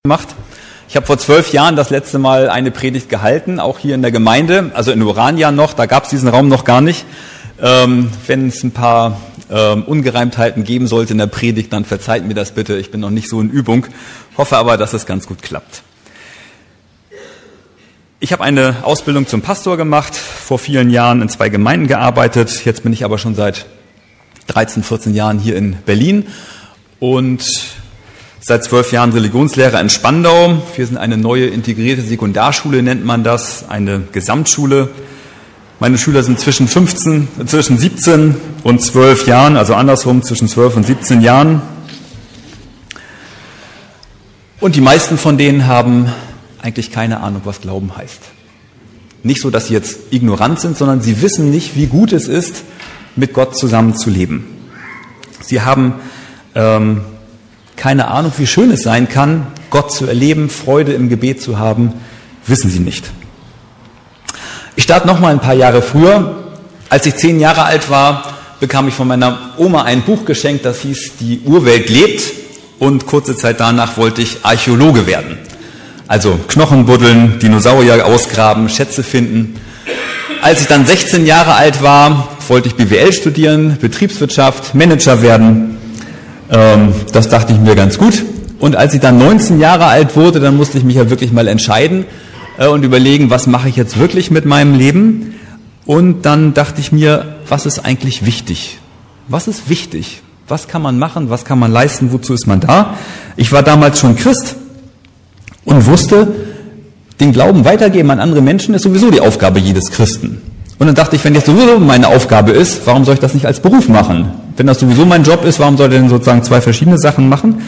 gemacht. Ich habe vor 12 Jahren das letzte Mal eine Predigt gehalten, auch hier in der Gemeinde, also in Urania noch, da gab es diesen Raum noch gar nicht. Wenn es ein paar Ungereimtheiten geben sollte in der Predigt, dann verzeiht mir das bitte, ich bin noch nicht so in Übung, hoffe aber, dass es ganz gut klappt. Ich habe eine Ausbildung zum Pastor gemacht, vor vielen Jahren in 2 Gemeinden gearbeitet, jetzt bin ich aber schon seit 13, 14 Jahren hier in Berlin und seit 12 Jahren Religionslehrer in Spandau. Wir sind eine neue integrierte Sekundarschule, nennt man das, eine Gesamtschule. Meine Schüler sind zwischen 17 und 12 Jahren, also andersrum, zwischen 12 und 17 Jahren. Und die meisten von denen haben eigentlich keine Ahnung, was Glauben heißt. Nicht so, dass sie jetzt ignorant sind, sondern sie wissen nicht, wie gut es ist, mit Gott zusammen zu leben. Sie haben keine Ahnung, wie schön es sein kann, Gott zu erleben, Freude im Gebet zu haben, wissen sie nicht. Ich starte noch mal ein paar Jahre früher. Als ich 10 Jahre alt war, bekam ich von meiner Oma ein Buch geschenkt, das hieß Die Urwelt lebt. Und kurze Zeit danach wollte ich Archäologe werden. Also Knochen buddeln, Dinosaurier ausgraben, Schätze finden. Als ich dann 16 Jahre alt war, wollte ich BWL studieren, Betriebswirtschaft, Manager werden. Das dachte ich mir ganz gut. Und als ich dann 19 Jahre alt wurde, dann musste ich mich ja wirklich mal entscheiden und überlegen, was mache ich jetzt wirklich mit meinem Leben? Und dann dachte ich mir, was ist eigentlich wichtig? Was ist wichtig? Was kann man machen? Was kann man leisten? Wozu ist man da? Ich war damals schon Christ und wusste, den Glauben weitergeben an andere Menschen ist sowieso die Aufgabe jedes Christen. Und dann dachte ich, wenn das sowieso meine Aufgabe ist, warum soll ich das nicht als Beruf machen? Wenn das sowieso mein Job ist, warum soll ich denn sozusagen 2 verschiedene Sachen machen?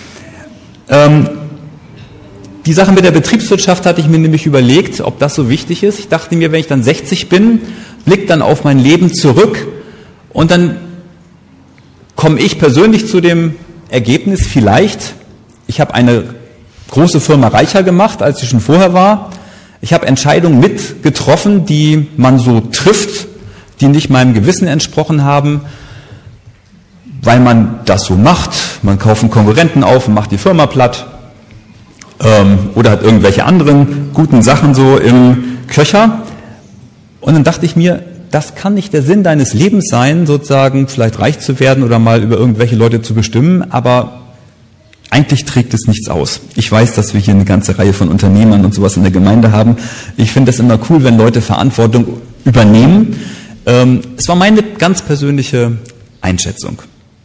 Die Sache mit der Betriebswirtschaft hatte ich mir nämlich überlegt, ob das so wichtig ist. Ich dachte mir, wenn ich dann 60 bin, blick dann auf mein Leben zurück und dann komme ich persönlich zu dem Ergebnis, vielleicht, ich habe eine große Firma reicher gemacht, als sie schon vorher war. Ich habe Entscheidungen mitgetroffen, die man so trifft, die nicht meinem Gewissen entsprochen haben, weil man das so macht. Man kauft einen Konkurrenten auf und macht die Firma platt oder hat irgendwelche anderen guten Sachen so im Köcher. Und dann dachte ich mir, das kann nicht der Sinn deines Lebens sein, sozusagen vielleicht reich zu werden oder mal über irgendwelche Leute zu bestimmen, aber eigentlich trägt es nichts aus. Ich weiß, dass wir hier eine ganze Reihe von Unternehmern und sowas in der Gemeinde haben. Ich finde es immer cool, wenn Leute Verantwortung übernehmen. Es war meine ganz persönliche Einschätzung.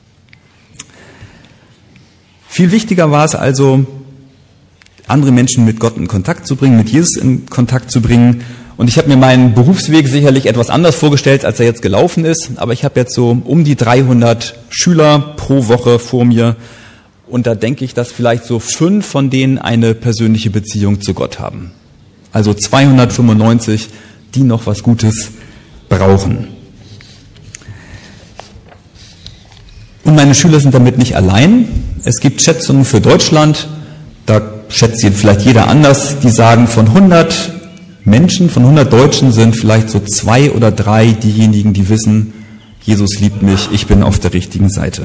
Viel wichtiger war es also, andere Menschen mit Gott in Kontakt zu bringen, mit Jesus in Kontakt zu bringen. Und ich habe mir meinen Berufsweg sicherlich etwas anders vorgestellt, als er jetzt gelaufen ist. Aber ich habe jetzt so um die 300 Schüler pro Woche vor mir. Und da denke ich, dass vielleicht so 5 von denen eine persönliche Beziehung zu Gott haben. Also 295, die noch was Gutes brauchen. Und meine Schüler sind damit nicht allein. Es gibt Schätzungen für Deutschland, da schätzt vielleicht jeder anders, die sagen, von 100 Menschen, von 100 Deutschen sind vielleicht so 2 oder 3 diejenigen, die wissen, Jesus liebt mich, ich bin auf der richtigen Seite.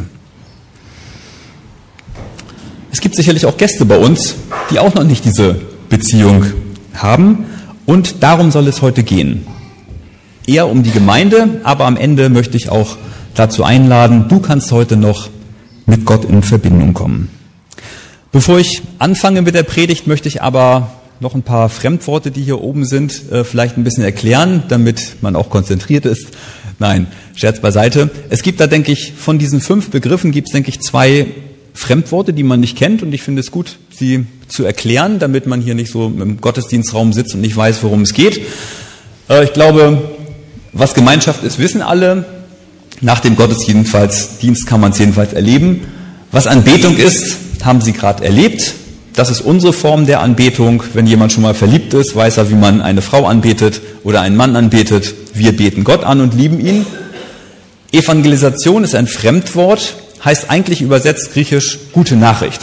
Es gibt sicherlich auch Gäste bei uns, die auch noch nicht diese Beziehung haben und darum soll es heute gehen. Eher um die Gemeinde, aber am Ende möchte ich auch dazu einladen, du kannst heute noch mit Gott in Verbindung kommen. Bevor ich anfange mit der Predigt, möchte ich aber noch ein paar Fremdworte, die hier oben sind, vielleicht ein bisschen erklären, damit man auch konzentriert ist. Nein, Scherz beiseite. Es gibt da, denke ich, von diesen 5 Begriffen gibt es, denke ich, 2 Fremdworte, die man nicht kennt und ich finde es gut, sie zu erklären, damit man hier nicht so im Gottesdienstraum sitzt und nicht weiß, worum es geht. Ich glaube, was Gemeinschaft ist, wissen alle. Nach dem Gottesdienst kann man es jedenfalls erleben. Was Anbetung ist, haben Sie gerade erlebt. Das ist unsere Form der Anbetung. Wenn jemand schon mal verliebt ist, weiß er, wie man eine Frau anbetet oder einen Mann anbetet. Wir beten Gott an und lieben ihn. Evangelisation ist ein Fremdwort, heißt eigentlich übersetzt griechisch gute Nachricht.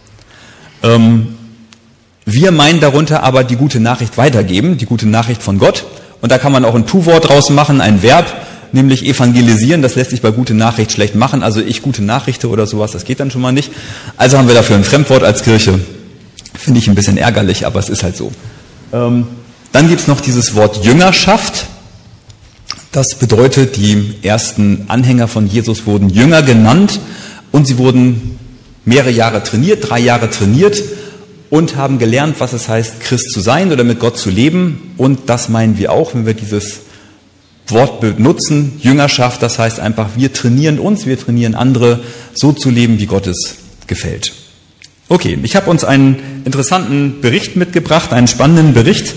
Wir meinen darunter aber die gute Nachricht weitergeben, die gute Nachricht von Gott. Und da kann man auch ein Tu-Wort draus machen, ein Verb. nämlich evangelisieren. Das lässt sich bei gute Nachricht schlecht machen. Also ich gute Nachrichten oder sowas, das geht dann schon mal nicht. Also haben wir dafür ein Fremdwort als Kirche. Finde ich ein bisschen ärgerlich, aber es ist halt so. Dann gibt es noch dieses Wort Jüngerschaft. Das bedeutet, die ersten Anhänger von Jesus wurden Jünger genannt und sie wurden mehrere Jahre trainiert, 3 Jahre trainiert und haben gelernt, was es heißt, Christ zu sein oder mit Gott zu leben. Und das meinen wir auch, wenn wir dieses Wort benutzen, Jüngerschaft. Das heißt einfach, wir trainieren uns, wir trainieren andere, so zu leben, wie Gott es gefällt. Okay, ich habe uns einen interessanten Bericht mitgebracht, einen spannenden Bericht,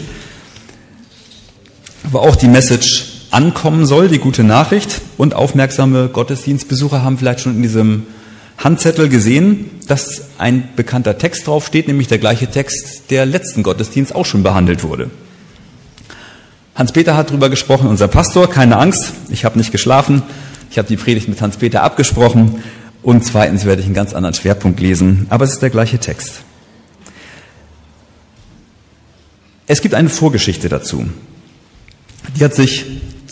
wo auch die Message ankommen soll, die gute Nachricht. Und aufmerksame Gottesdienstbesucher haben vielleicht schon in diesem Handzettel gesehen, dass ein bekannter Text draufsteht, nämlich der gleiche Text, der letzten Gottesdienst auch schon behandelt wurde. Hans-Peter hat darüber gesprochen, unser Pastor, keine Angst, ich habe nicht geschlafen, ich habe die Predigt mit Hans-Peter abgesprochen und zweitens werde ich einen ganz anderen Schwerpunkt lesen, aber es ist der gleiche Text. Es gibt eine Vorgeschichte dazu. Die hat sich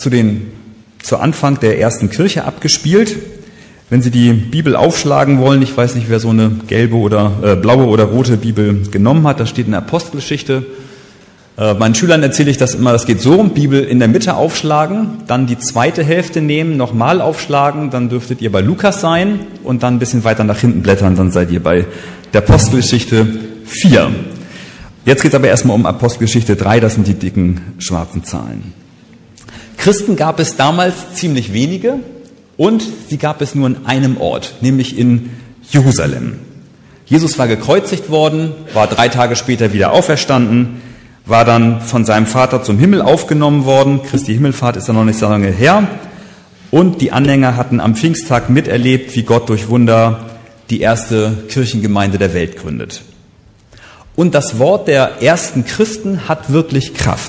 zu Anfang der ersten Kirche abgespielt. Wenn Sie die Bibel aufschlagen wollen, ich weiß nicht, wer so eine gelbe oder blaue oder rote Bibel genommen hat, da steht eine Apostelgeschichte. Meinen Schülern erzähle ich das immer, das geht so, Bibel in der Mitte aufschlagen, dann die zweite Hälfte nehmen, nochmal aufschlagen, dann dürftet ihr bei Lukas sein und dann ein bisschen weiter nach hinten blättern, dann seid ihr bei der Apostelgeschichte 4. Jetzt geht es aber erstmal um Apostelgeschichte 3, das sind die dicken schwarzen Zahlen. Christen gab es damals ziemlich wenige und sie gab es nur in einem Ort, nämlich in Jerusalem. Jesus war gekreuzigt worden, war 3 Tage später wieder auferstanden, war dann von seinem Vater zum Himmel aufgenommen worden. Christi Himmelfahrt ist ja noch nicht so lange her. Und die Anhänger hatten am Pfingsttag miterlebt, wie Gott durch Wunder die erste Kirchengemeinde der Welt gründet. Und das Wort der ersten Christen hat wirklich Kraft.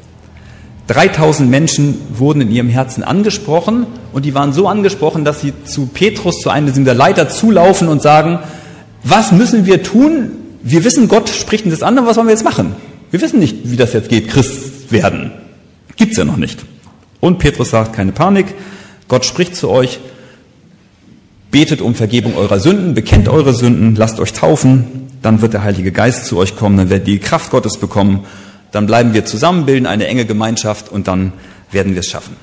3000 Menschen wurden in ihrem Herzen angesprochen und die waren so angesprochen, dass sie zu Petrus, zu einem dieser Leiter, zulaufen und sagen, was müssen wir tun? Wir wissen, Gott spricht uns das an, was wollen wir jetzt machen? Wir wissen nicht, wie das jetzt geht, Christ werden. Gibt's ja noch nicht. Und Petrus sagt, keine Panik, Gott spricht zu euch, betet um Vergebung eurer Sünden, bekennt eure Sünden, lasst euch taufen, dann wird der Heilige Geist zu euch kommen, dann werdet ihr die Kraft Gottes bekommen, dann bleiben wir zusammen, bilden eine enge Gemeinschaft und dann werden wir es schaffen.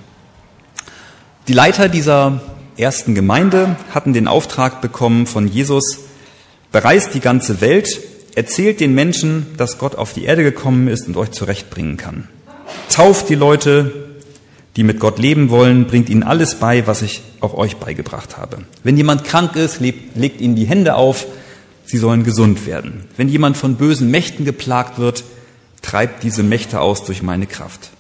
Die Leiter dieser ersten Gemeinde hatten den Auftrag bekommen von Jesus, bereist die ganze Welt, erzählt den Menschen, dass Gott auf die Erde gekommen ist und euch zurechtbringen kann. Tauft die Leute, die mit Gott leben wollen, bringt ihnen alles bei, was ich auch euch beigebracht habe. Wenn jemand krank ist, legt ihnen die Hände auf, sie sollen gesund werden. Wenn jemand von bösen Mächten geplagt wird, treibt diese Mächte aus durch meine Kraft.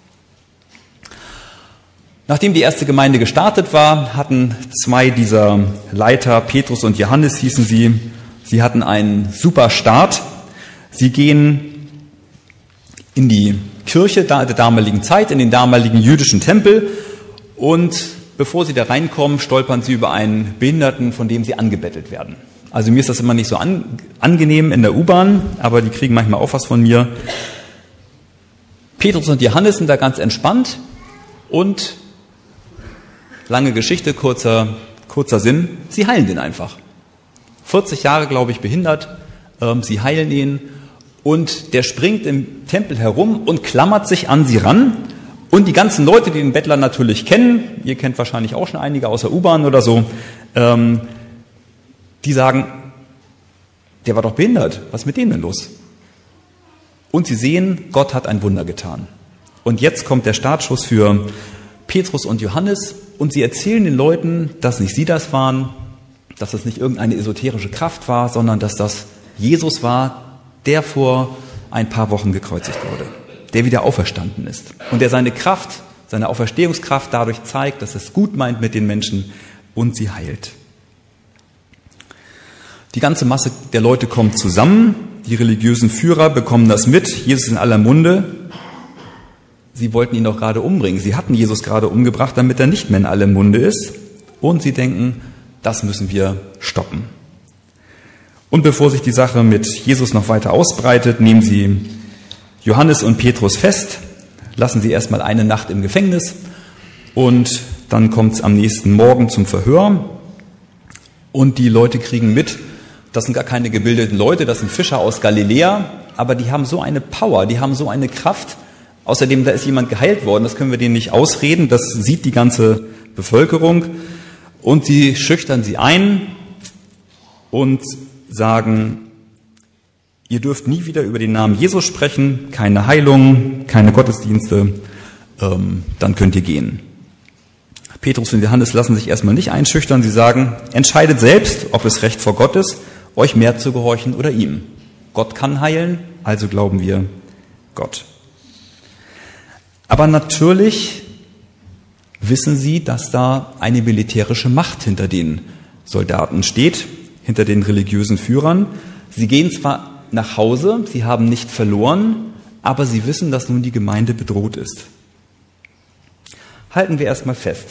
Nachdem die erste Gemeinde gestartet war, hatten 2 dieser Leiter, Petrus und Johannes hießen sie hatten einen super Start. Sie gehen in die Kirche der damaligen Zeit, in den damaligen jüdischen Tempel und bevor sie da reinkommen, stolpern sie über einen Behinderten, von dem sie angebettelt werden. Also mir ist das immer nicht so angenehm in der U-Bahn, aber die kriegen manchmal auch was von mir. Petrus und Johannes sind da ganz entspannt und lange Geschichte, kurzer Sinn, sie heilen den einfach. 40 Jahre, glaube ich, behindert, sie heilen ihn und der springt im Tempel herum und klammert sich an sie ran und die ganzen Leute, die den Bettler natürlich kennen, ihr kennt wahrscheinlich auch schon einige aus der U-Bahn oder so, die sagen, der war doch behindert, was ist mit dem denn los? Und sie sehen, Gott hat ein Wunder getan. Und jetzt kommt der Startschuss für Petrus und Johannes und sie erzählen den Leuten, dass nicht sie das waren, dass das nicht irgendeine esoterische Kraft war, sondern dass das Jesus war, der vor ein paar Wochen gekreuzigt wurde, der wieder auferstanden ist und der seine Kraft, seine Auferstehungskraft dadurch zeigt, dass es gut meint mit den Menschen und sie heilt. Die ganze Masse der Leute kommt zusammen, die religiösen Führer bekommen das mit, Jesus in aller Munde. Sie wollten ihn doch gerade umbringen, sie hatten Jesus gerade umgebracht, damit er nicht mehr in aller Munde ist und sie denken, das müssen wir stoppen. Und bevor sich die Sache mit Jesus noch weiter ausbreitet, nehmen sie Johannes und Petrus fest, lassen sie erstmal eine Nacht im Gefängnis und dann kommt es am nächsten Morgen zum Verhör und die Leute kriegen mit, Das sind gar keine gebildeten Leute, das sind Fischer aus Galiläa, aber die haben so eine Power, die haben so eine Kraft. Außerdem, da ist jemand geheilt worden, das können wir denen nicht ausreden, das sieht die ganze Bevölkerung. Und sie schüchtern sie ein und sagen, ihr dürft nie wieder über den Namen Jesus sprechen, keine Heilung, keine Gottesdienste, dann könnt ihr gehen. Petrus und Johannes lassen sich erstmal nicht einschüchtern, sie sagen, entscheidet selbst, ob es recht vor Gott ist, euch mehr zu gehorchen oder ihm. Gott kann heilen, also glauben wir Gott. Aber natürlich wissen sie, dass da eine militärische Macht hinter den Soldaten steht, hinter den religiösen Führern. Sie gehen zwar nach Hause, sie haben nicht verloren, aber sie wissen, dass nun die Gemeinde bedroht ist. Halten wir erstmal fest.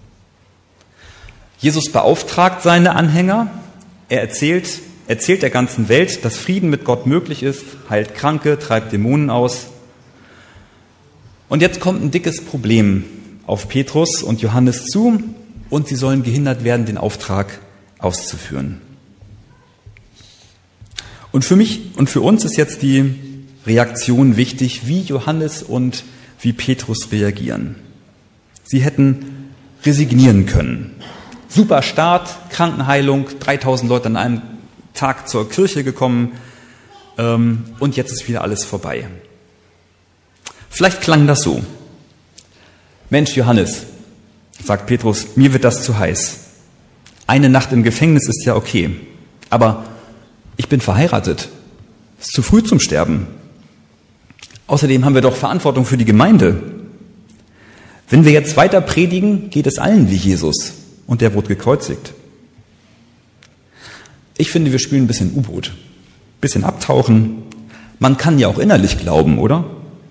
Jesus beauftragt seine Anhänger, er erzählt der ganzen Welt, dass Frieden mit Gott möglich ist, heilt Kranke, treibt Dämonen aus. Und jetzt kommt ein dickes Problem auf Petrus und Johannes zu und sie sollen gehindert werden, den Auftrag auszuführen. Und für mich und für uns ist jetzt die Reaktion wichtig, wie Johannes und wie Petrus reagieren. Sie hätten resignieren können. Super Start, Krankenheilung, 3000 Leute an einem Tag zur Kirche gekommen und jetzt ist wieder alles vorbei. Vielleicht klang das so. Mensch, Johannes, sagt Petrus, mir wird das zu heiß. Eine Nacht im Gefängnis ist ja okay, aber ich bin verheiratet. Es ist zu früh zum Sterben. Außerdem haben wir doch Verantwortung für die Gemeinde. Wenn wir jetzt weiter predigen, geht es allen wie Jesus und der wurde gekreuzigt. Ich finde, wir spielen ein bisschen U-Boot, ein bisschen abtauchen. Man kann ja auch innerlich glauben, oder?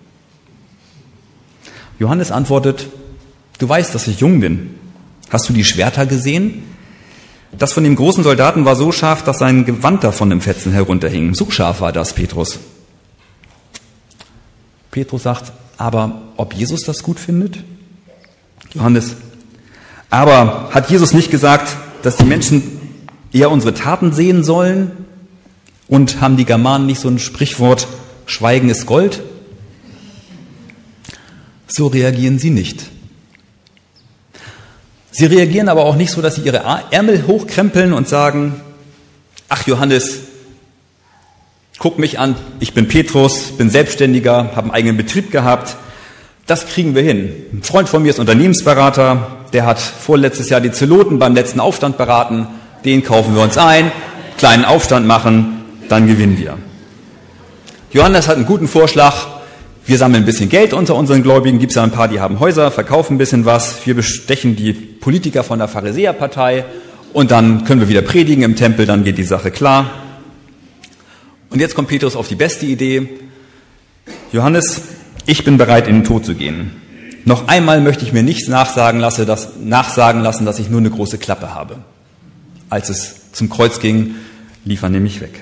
Johannes antwortet, du weißt, dass ich jung bin. Hast du die Schwerter gesehen? Das von dem großen Soldaten war so scharf, dass sein Gewand davon im Fetzen herunterhing. So scharf war das, Petrus. Petrus sagt, aber ob Jesus das gut findet? Johannes, aber hat Jesus nicht gesagt, dass die Menschen eher unsere Taten sehen sollen? Und haben die Germanen nicht so ein Sprichwort, Schweigen ist Gold? So reagieren sie nicht. Sie reagieren aber auch nicht so, dass sie ihre Ärmel hochkrempeln und sagen, ach Johannes, guck mich an, ich bin Petrus, bin Selbstständiger, habe einen eigenen Betrieb gehabt, das kriegen wir hin. Ein Freund von mir ist Unternehmensberater, der hat vorletztes Jahr die Zeloten beim letzten Aufstand beraten, den kaufen wir uns ein, kleinen Aufstand machen, dann gewinnen wir. Johannes hat einen guten Vorschlag, wir sammeln ein bisschen Geld unter unseren Gläubigen, gibt es ja ein paar, die haben Häuser, verkaufen ein bisschen was, wir bestechen die Politiker von der Pharisäerpartei und dann können wir wieder predigen im Tempel, dann geht die Sache klar. Und jetzt kommt Petrus auf die beste Idee. Johannes, ich bin bereit, in den Tod zu gehen. Noch einmal möchte ich mir nicht nachsagen lassen, dass ich nur eine große Klappe habe. Als es zum Kreuz ging, lief er nämlich weg.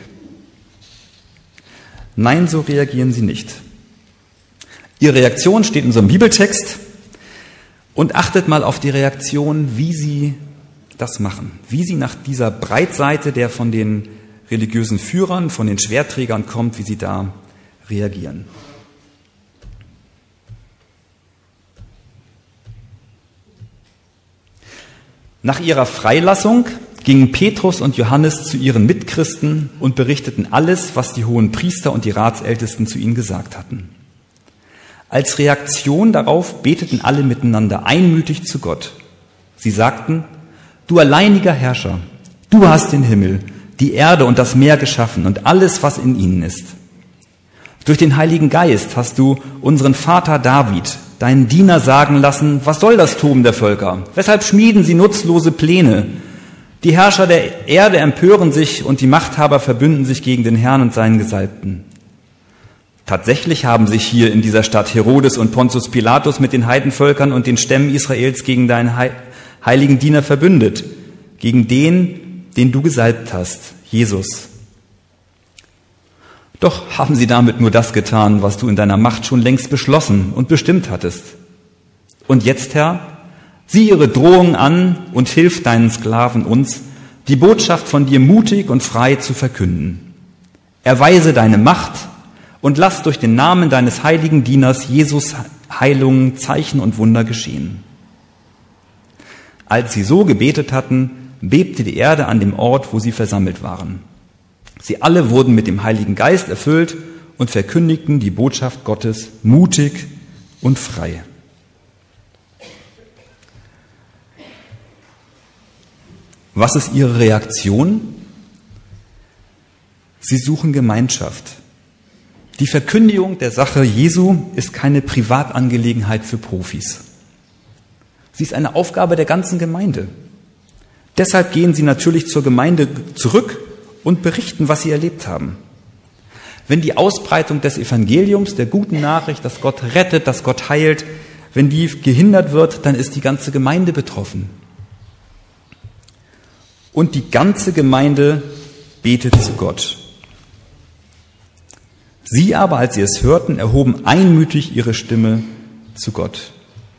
Nein, so reagieren sie nicht. Ihre Reaktion steht in unserem Bibeltext und achtet mal auf die Reaktion, wie sie das machen. Wie sie nach dieser Breitseite, der von den religiösen Führern, von den Schwerträgern kommt, wie sie da reagieren. Nach ihrer Freilassung gingen Petrus und Johannes zu ihren Mitchristen und berichteten alles, was die hohen Priester und die Ratsältesten zu ihnen gesagt hatten. Als Reaktion darauf beteten alle miteinander einmütig zu Gott. Sie sagten, du alleiniger Herrscher, du hast den Himmel, die Erde und das Meer geschaffen und alles, was in ihnen ist. Durch den Heiligen Geist hast du unseren Vater David, deinen Diener, sagen lassen, was soll das Toben der Völker? Weshalb schmieden sie nutzlose Pläne? Die Herrscher der Erde empören sich und die Machthaber verbünden sich gegen den Herrn und seinen Gesalbten. Tatsächlich haben sich hier in dieser Stadt Herodes und Pontius Pilatus mit den Heidenvölkern und den Stämmen Israels gegen deinen heiligen Diener verbündet, gegen den du gesalbt hast, Jesus. Doch haben sie damit nur das getan, was du in deiner Macht schon längst beschlossen und bestimmt hattest. Und jetzt, Herr, sieh ihre Drohungen an und hilf deinen Sklaven uns, die Botschaft von dir mutig und frei zu verkünden. Erweise deine Macht und lass durch den Namen deines heiligen Dieners Jesus Heilungen, Zeichen und Wunder geschehen. Als sie so gebetet hatten, bebte die Erde an dem Ort, wo sie versammelt waren. Sie alle wurden mit dem Heiligen Geist erfüllt und verkündigten die Botschaft Gottes mutig und frei. Was ist ihre Reaktion? Sie suchen Gemeinschaft. Die Verkündigung der Sache Jesu ist keine Privatangelegenheit für Profis. Sie ist eine Aufgabe der ganzen Gemeinde. Deshalb gehen sie natürlich zur Gemeinde zurück und berichten, was sie erlebt haben. Wenn die Ausbreitung des Evangeliums, der guten Nachricht, dass Gott rettet, dass Gott heilt, wenn die gehindert wird, dann ist die ganze Gemeinde betroffen. Und die ganze Gemeinde betet zu Gott. Sie aber, als sie es hörten, erhoben einmütig ihre Stimme zu Gott.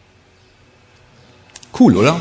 Cool, oder?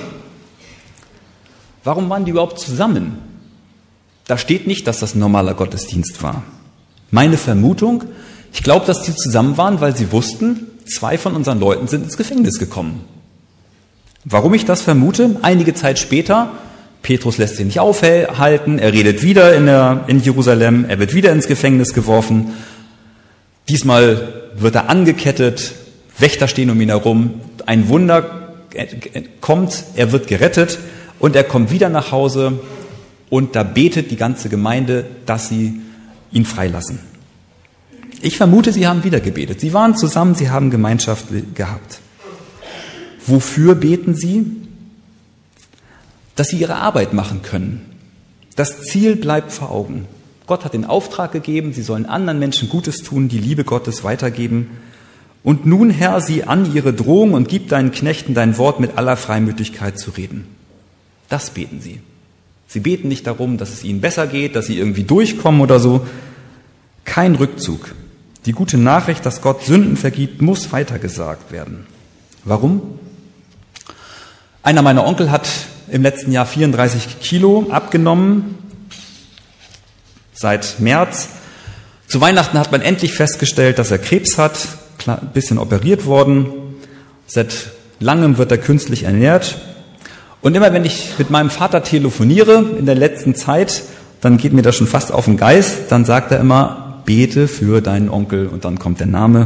Warum waren die überhaupt zusammen? Da steht nicht, dass das ein normaler Gottesdienst war. Meine Vermutung, ich glaube, dass die zusammen waren, weil sie wussten, 2 von unseren Leuten sind ins Gefängnis gekommen. Warum ich das vermute? Einige Zeit später, Petrus lässt sich nicht aufhalten, er redet wieder in Jerusalem, er wird wieder ins Gefängnis geworfen. Diesmal wird er angekettet, Wächter stehen um ihn herum, ein Wunder kommt, er wird gerettet und er kommt wieder nach Hause und da betet die ganze Gemeinde, dass sie ihn freilassen. Ich vermute, sie haben wieder gebetet. Sie waren zusammen, sie haben Gemeinschaft gehabt. Wofür beten sie? Dass sie ihre Arbeit machen können. Das Ziel bleibt vor Augen. Gott hat den Auftrag gegeben, sie sollen anderen Menschen Gutes tun, die Liebe Gottes weitergeben. Und nun, Herr, sieh an ihre Drohung und gib deinen Knechten dein Wort mit aller Freimütigkeit zu reden. Das beten sie. Sie beten nicht darum, dass es ihnen besser geht, dass sie irgendwie durchkommen oder so. Kein Rückzug. Die gute Nachricht, dass Gott Sünden vergibt, muss weitergesagt werden. Warum? Einer meiner Onkel hat im letzten Jahr 34 Kilo abgenommen, seit März. Zu Weihnachten hat man endlich festgestellt, dass er Krebs hat, ein bisschen operiert worden. Seit langem wird er künstlich ernährt. Und immer wenn ich mit meinem Vater telefoniere in der letzten Zeit, dann geht mir das schon fast auf den Geist, dann sagt er immer, bete für deinen Onkel und dann kommt der Name.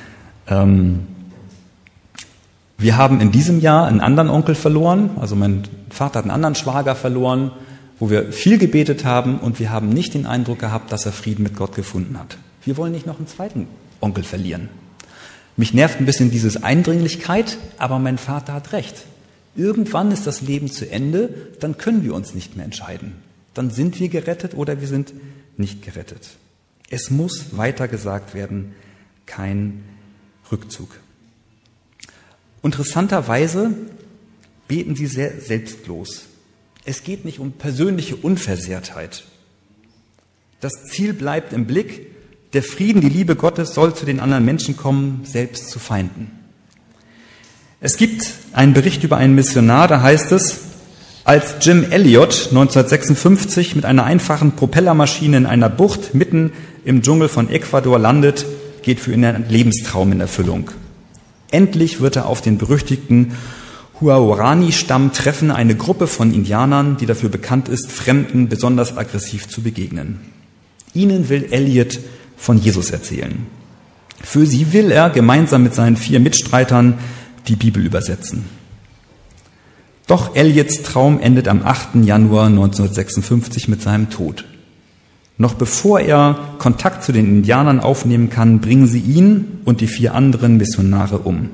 Wir haben in diesem Jahr einen anderen Onkel verloren, also mein Vater hat einen anderen Schwager verloren, wo wir viel gebetet haben und wir haben nicht den Eindruck gehabt, dass er Frieden mit Gott gefunden hat. Wir wollen nicht noch einen zweiten Onkel verlieren. Mich nervt ein bisschen diese Eindringlichkeit, aber mein Vater hat recht. Irgendwann ist das Leben zu Ende, dann können wir uns nicht mehr entscheiden. Dann sind wir gerettet oder wir sind nicht gerettet. Es muss weitergesagt werden, kein Rückzug. Interessanterweise beten sie sehr selbstlos. Es geht nicht um persönliche Unversehrtheit. Das Ziel bleibt im Blick, der Frieden, die Liebe Gottes soll zu den anderen Menschen kommen, selbst zu Feinden. Es gibt einen Bericht über einen Missionar, da heißt es, als Jim Elliot 1956 mit einer einfachen Propellermaschine in einer Bucht mitten im Dschungel von Ecuador landet, geht für ihn ein Lebenstraum in Erfüllung. Endlich wird er auf den berüchtigten Huaorani-Stamm treffen, eine Gruppe von Indianern, die dafür bekannt ist, Fremden besonders aggressiv zu begegnen. Ihnen will Elliot von Jesus erzählen. Für sie will er gemeinsam mit seinen 4 Mitstreitern die Bibel übersetzen. Doch Elliots Traum endet am 8. Januar 1956 mit seinem Tod. Noch bevor er Kontakt zu den Indianern aufnehmen kann, bringen sie ihn und die 4 anderen Missionare um.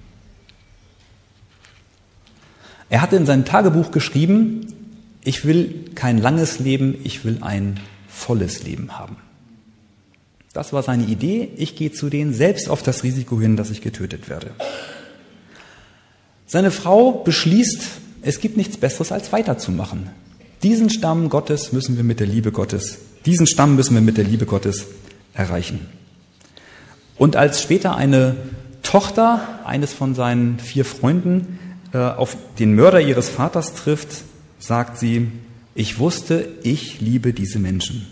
Er hatte in seinem Tagebuch geschrieben, ich will kein langes Leben, ich will ein volles Leben haben. Das war seine Idee, ich gehe zu denen selbst auf das Risiko hin, dass ich getötet werde. Seine Frau beschließt, es gibt nichts Besseres, als weiterzumachen. Diesen Stamm Gottes müssen wir mit der Liebe Gottes, diesen Stamm müssen wir mit der Liebe Gottes erreichen. Und als später eine Tochter eines von seinen 4 Freunden auf den Mörder ihres Vaters trifft, sagt sie, Ich wusste, ich liebe diese Menschen.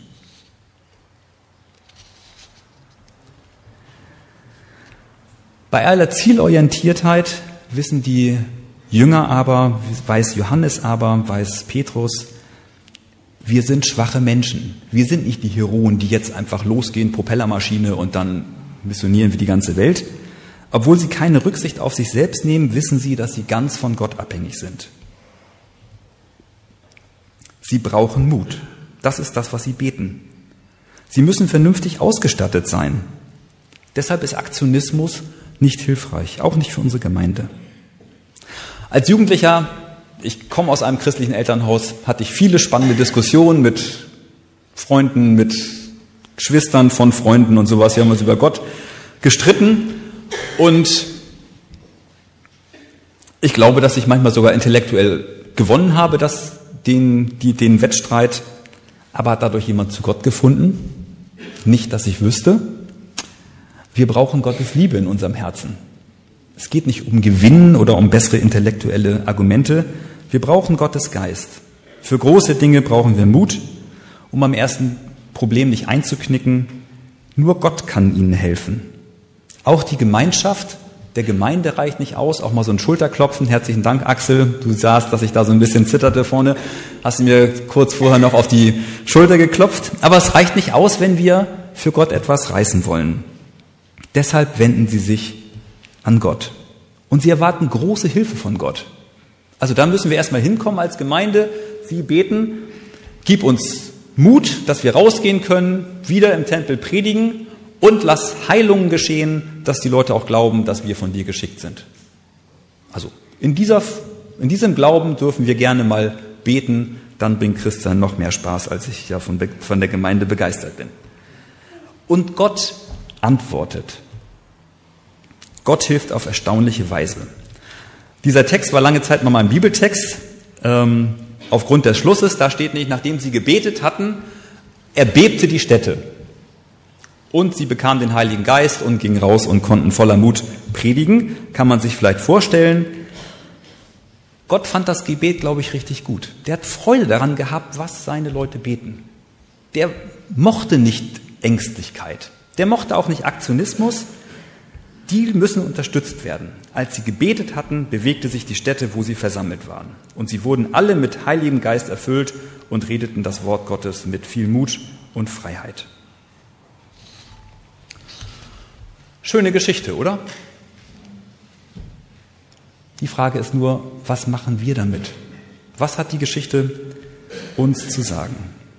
Bei aller Zielorientiertheit wissen die Jünger aber, weiß Johannes aber, weiß Petrus, wir sind schwache Menschen. Wir sind nicht die Heroen, die jetzt einfach losgehen, Propellermaschine und dann missionieren wir die ganze Welt. Obwohl sie keine Rücksicht auf sich selbst nehmen, wissen sie, dass sie ganz von Gott abhängig sind. Sie brauchen Mut. Das ist das, was sie beten. Sie müssen vernünftig ausgestattet sein. Deshalb ist Aktionismus nicht hilfreich, auch nicht für unsere Gemeinde. Als Jugendlicher, ich komme aus einem christlichen Elternhaus, hatte ich viele spannende Diskussionen mit Freunden, mit Geschwistern von Freunden und sowas. Wir haben uns über Gott gestritten und ich glaube, dass ich manchmal sogar intellektuell gewonnen habe, den Wettstreit. Aber hat dadurch jemand zu Gott gefunden? Nicht, dass ich wüsste. Wir brauchen Gottes Liebe in unserem Herzen. Es geht nicht um Gewinn oder um bessere intellektuelle Argumente. Wir brauchen Gottes Geist. Für große Dinge brauchen wir Mut, um am ersten Problem nicht einzuknicken. Nur Gott kann ihnen helfen. Auch die Gemeinschaft der Gemeinde reicht nicht aus. Auch mal so ein Schulterklopfen. Herzlichen Dank, Axel. Du sahst, dass ich da so ein bisschen zitterte vorne. Hast du mir kurz vorher noch auf die Schulter geklopft. Aber es reicht nicht aus, wenn wir für Gott etwas reißen wollen. Deshalb wenden sie sich an Gott. Und sie erwarten große Hilfe von Gott. Also da müssen wir erstmal hinkommen als Gemeinde. Sie beten, gib uns Mut, dass wir rausgehen können, wieder im Tempel predigen und lass Heilungen geschehen, dass die Leute auch glauben, dass wir von dir geschickt sind. Also in diesem Glauben dürfen wir gerne mal beten, dann bringt Christian noch mehr Spaß, als ich ja von der Gemeinde begeistert bin. Und Gott antwortet. Gott hilft auf erstaunliche Weise. Dieser Text war lange Zeit mal ein Bibeltext. Aufgrund des Schlusses, da steht nicht, nachdem sie gebetet hatten, erbebte die Stätte. Und sie bekamen den Heiligen Geist und gingen raus und konnten voller Mut predigen. Kann man sich vielleicht vorstellen. Gott fand das Gebet, glaube ich, richtig gut. Der hat Freude daran gehabt, was seine Leute beten. Der mochte nicht Ängstlichkeit. Der mochte auch nicht Aktionismus. Die müssen unterstützt werden. Als sie gebetet hatten, bewegte sich die Stätte, wo sie versammelt waren. Und sie wurden alle mit Heiligem Geist erfüllt und redeten das Wort Gottes mit viel Mut und Freiheit. Schöne Geschichte, oder? Die Frage ist nur, was machen wir damit? Was hat die Geschichte uns zu sagen?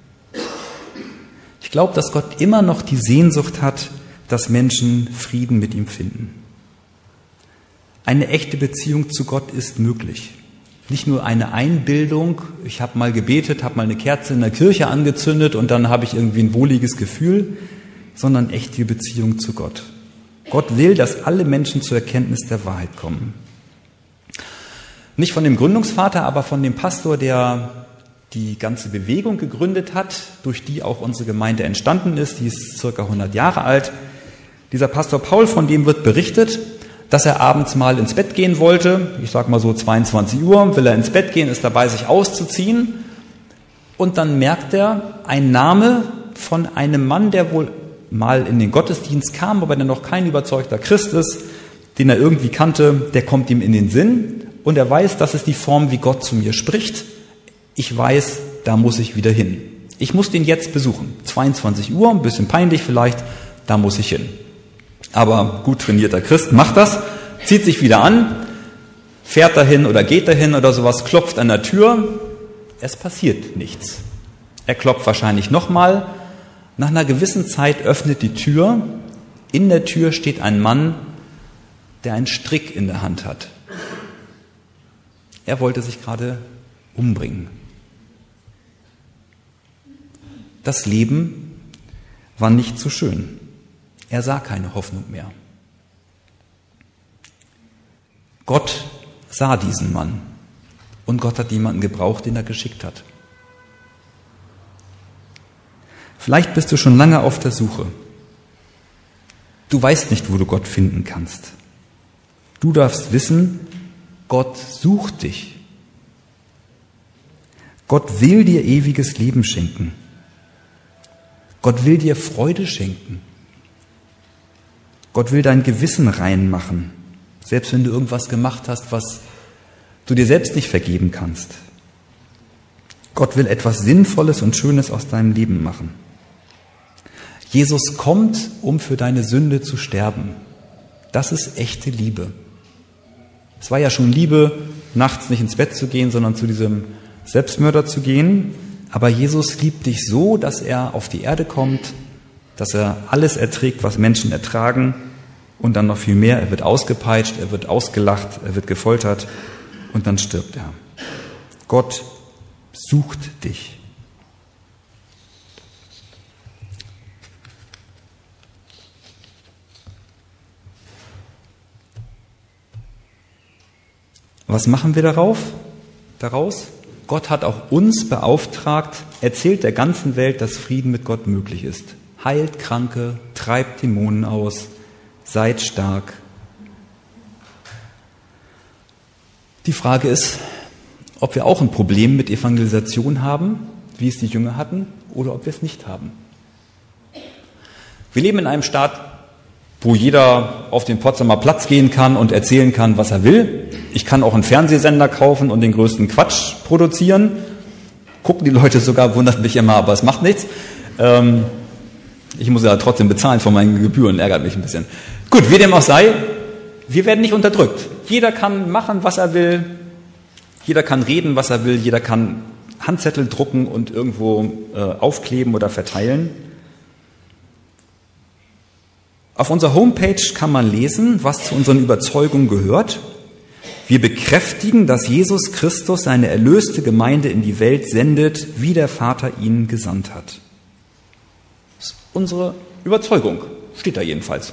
Ich glaube, dass Gott immer noch die Sehnsucht hat, dass Menschen Frieden mit ihm finden. Eine echte Beziehung zu Gott ist möglich. Nicht nur eine Einbildung, ich habe mal gebetet, habe mal eine Kerze in der Kirche angezündet und dann habe ich irgendwie ein wohliges Gefühl, sondern echte Beziehung zu Gott. Gott will, dass alle Menschen zur Erkenntnis der Wahrheit kommen. Nicht von dem Gründungsvater, aber von dem Pastor, der die ganze Bewegung gegründet hat, durch die auch unsere Gemeinde entstanden ist. Die ist circa 100 Jahre alt. Dieser Pastor Paul, von dem wird berichtet, dass er abends mal ins Bett gehen wollte. Ich sag mal so 22 Uhr, will er ins Bett gehen, ist dabei, sich auszuziehen. Und dann merkt er, ein Name von einem Mann, der wohl mal in den Gottesdienst kam, aber der noch kein überzeugter Christ ist, den er irgendwie kannte, der kommt ihm in den Sinn. Und er weiß, das ist die Form, wie Gott zu mir spricht. Ich weiß, da muss ich wieder hin. Ich muss den jetzt besuchen. 22 Uhr, ein bisschen peinlich vielleicht, da muss ich hin. Aber gut trainierter Christ macht das, zieht sich wieder an, fährt dahin oder geht dahin oder sowas, klopft an der Tür. Es passiert nichts. Er klopft wahrscheinlich nochmal. Nach einer gewissen Zeit öffnet die Tür. In der Tür steht ein Mann, der einen Strick in der Hand hat. Er wollte sich gerade umbringen. Das Leben war nicht so schön. Er sah keine Hoffnung mehr. Gott sah diesen Mann und Gott hat jemanden gebraucht, den er geschickt hat. Vielleicht bist du schon lange auf der Suche. Du weißt nicht, wo du Gott finden kannst. Du darfst wissen, Gott sucht dich. Gott will dir ewiges Leben schenken. Gott will dir Freude schenken. Gott will dein Gewissen rein machen, selbst wenn du irgendwas gemacht hast, was du dir selbst nicht vergeben kannst. Gott will etwas Sinnvolles und Schönes aus deinem Leben machen. Jesus kommt, um für deine Sünde zu sterben. Das ist echte Liebe. Es war ja schon Liebe, nachts nicht ins Bett zu gehen, sondern zu diesem Selbstmörder zu gehen. Aber Jesus liebt dich so, dass er auf die Erde kommt, dass er alles erträgt, was Menschen ertragen und dann noch viel mehr. Er wird ausgepeitscht, er wird ausgelacht, er wird gefoltert und dann stirbt er. Gott sucht dich. Was machen wir daraus? Gott hat auch uns beauftragt, erzählt der ganzen Welt, dass Frieden mit Gott möglich ist. Heilt Kranke, treibt Dämonen aus, seid stark. Die Frage ist, ob wir auch ein Problem mit Evangelisation haben, wie es die Jünger hatten, oder ob wir es nicht haben. Wir leben in einem Staat, wo jeder auf den Potsdamer Platz gehen kann und erzählen kann, was er will. Ich kann auch einen Fernsehsender kaufen und den größten Quatsch produzieren. Gucken die Leute sogar, wundert mich immer, aber es macht nichts. Ich muss ja trotzdem bezahlen von meinen Gebühren, ärgert mich ein bisschen. Gut, wie dem auch sei, wir werden nicht unterdrückt. Jeder kann machen, was er will. Jeder kann reden, was er will. Jeder kann Handzettel drucken und irgendwo aufkleben oder verteilen. Auf unserer Homepage kann man lesen, was zu unseren Überzeugungen gehört. Wir bekräftigen, dass Jesus Christus seine erlöste Gemeinde in die Welt sendet, wie der Vater ihn gesandt hat. Das ist unsere Überzeugung, steht da jedenfalls.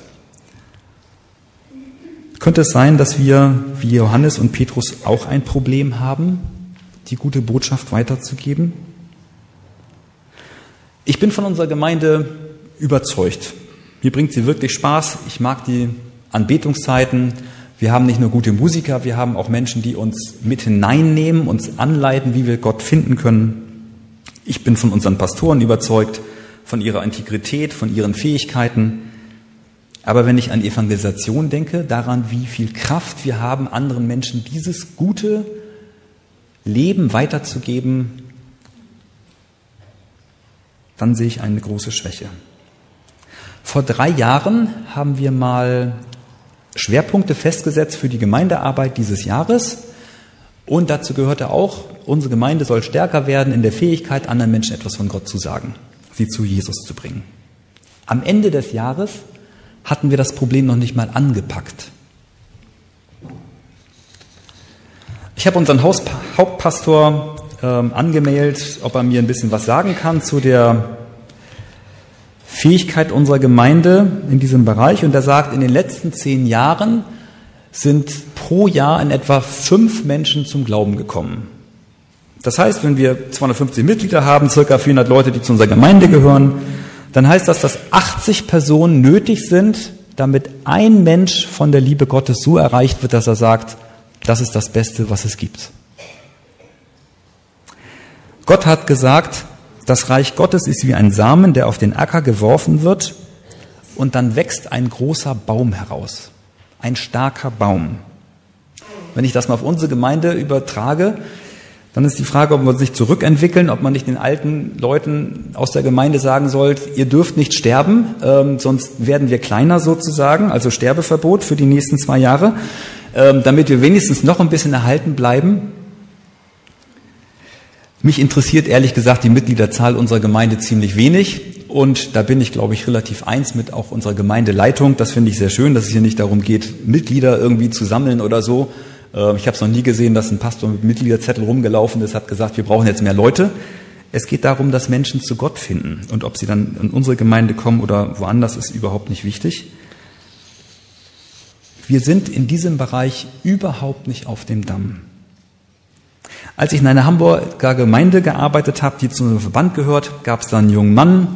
Könnte es sein, dass wir, wie Johannes und Petrus, auch ein Problem haben, die gute Botschaft weiterzugeben? Ich bin von unserer Gemeinde überzeugt. Mir bringt sie wirklich Spaß. Ich mag die Anbetungszeiten. Wir haben nicht nur gute Musiker, wir haben auch Menschen, die uns mit hineinnehmen, uns anleiten, wie wir Gott finden können. Ich bin von unseren Pastoren überzeugt, von ihrer Integrität, von ihren Fähigkeiten. Aber wenn ich an Evangelisation denke, daran, wie viel Kraft wir haben, anderen Menschen dieses gute Leben weiterzugeben, dann sehe ich eine große Schwäche. Vor 3 Jahren haben wir mal Schwerpunkte festgesetzt für die Gemeindearbeit dieses Jahres. Und dazu gehörte auch, unsere Gemeinde soll stärker werden in der Fähigkeit, anderen Menschen etwas von Gott zu sagen, sie zu Jesus zu bringen. Am Ende des Jahres hatten wir das Problem noch nicht mal angepackt. Ich habe unseren Hauptpastor angemeldet, ob er mir ein bisschen was sagen kann zu der Fähigkeit unserer Gemeinde in diesem Bereich. Und er sagt, in den letzten 10 Jahren sind pro Jahr in etwa 5 Menschen zum Glauben gekommen. Das heißt, wenn wir 250 Mitglieder haben, circa 400 Leute, die zu unserer Gemeinde gehören, dann heißt das, dass 80 Personen nötig sind, damit ein Mensch von der Liebe Gottes so erreicht wird, dass er sagt, das ist das Beste, was es gibt. Gott hat gesagt, das Reich Gottes ist wie ein Samen, der auf den Acker geworfen wird und dann wächst ein großer Baum heraus. Ein starker Baum. Wenn ich das mal auf unsere Gemeinde übertrage, dann ist die Frage, ob wir sich zurückentwickeln, ob man nicht den alten Leuten aus der Gemeinde sagen soll, ihr dürft nicht sterben, sonst werden wir kleiner sozusagen, also Sterbeverbot für die nächsten 2 Jahre, damit wir wenigstens noch ein bisschen erhalten bleiben. Mich interessiert ehrlich gesagt die Mitgliederzahl unserer Gemeinde ziemlich wenig und da bin ich, glaube ich, relativ eins mit auch unserer Gemeindeleitung. Das finde ich sehr schön, dass es hier nicht darum geht, Mitglieder irgendwie zu sammeln oder so. Ich habe es noch nie gesehen, dass ein Pastor mit Mitgliederzettel rumgelaufen ist, hat gesagt, wir brauchen jetzt mehr Leute. Es geht darum, dass Menschen zu Gott finden und ob sie dann in unsere Gemeinde kommen oder woanders, ist überhaupt nicht wichtig. Wir sind in diesem Bereich überhaupt nicht auf dem Damm. Als ich in einer Hamburger Gemeinde gearbeitet habe, die zu einem Verband gehört, gab es da einen jungen Mann,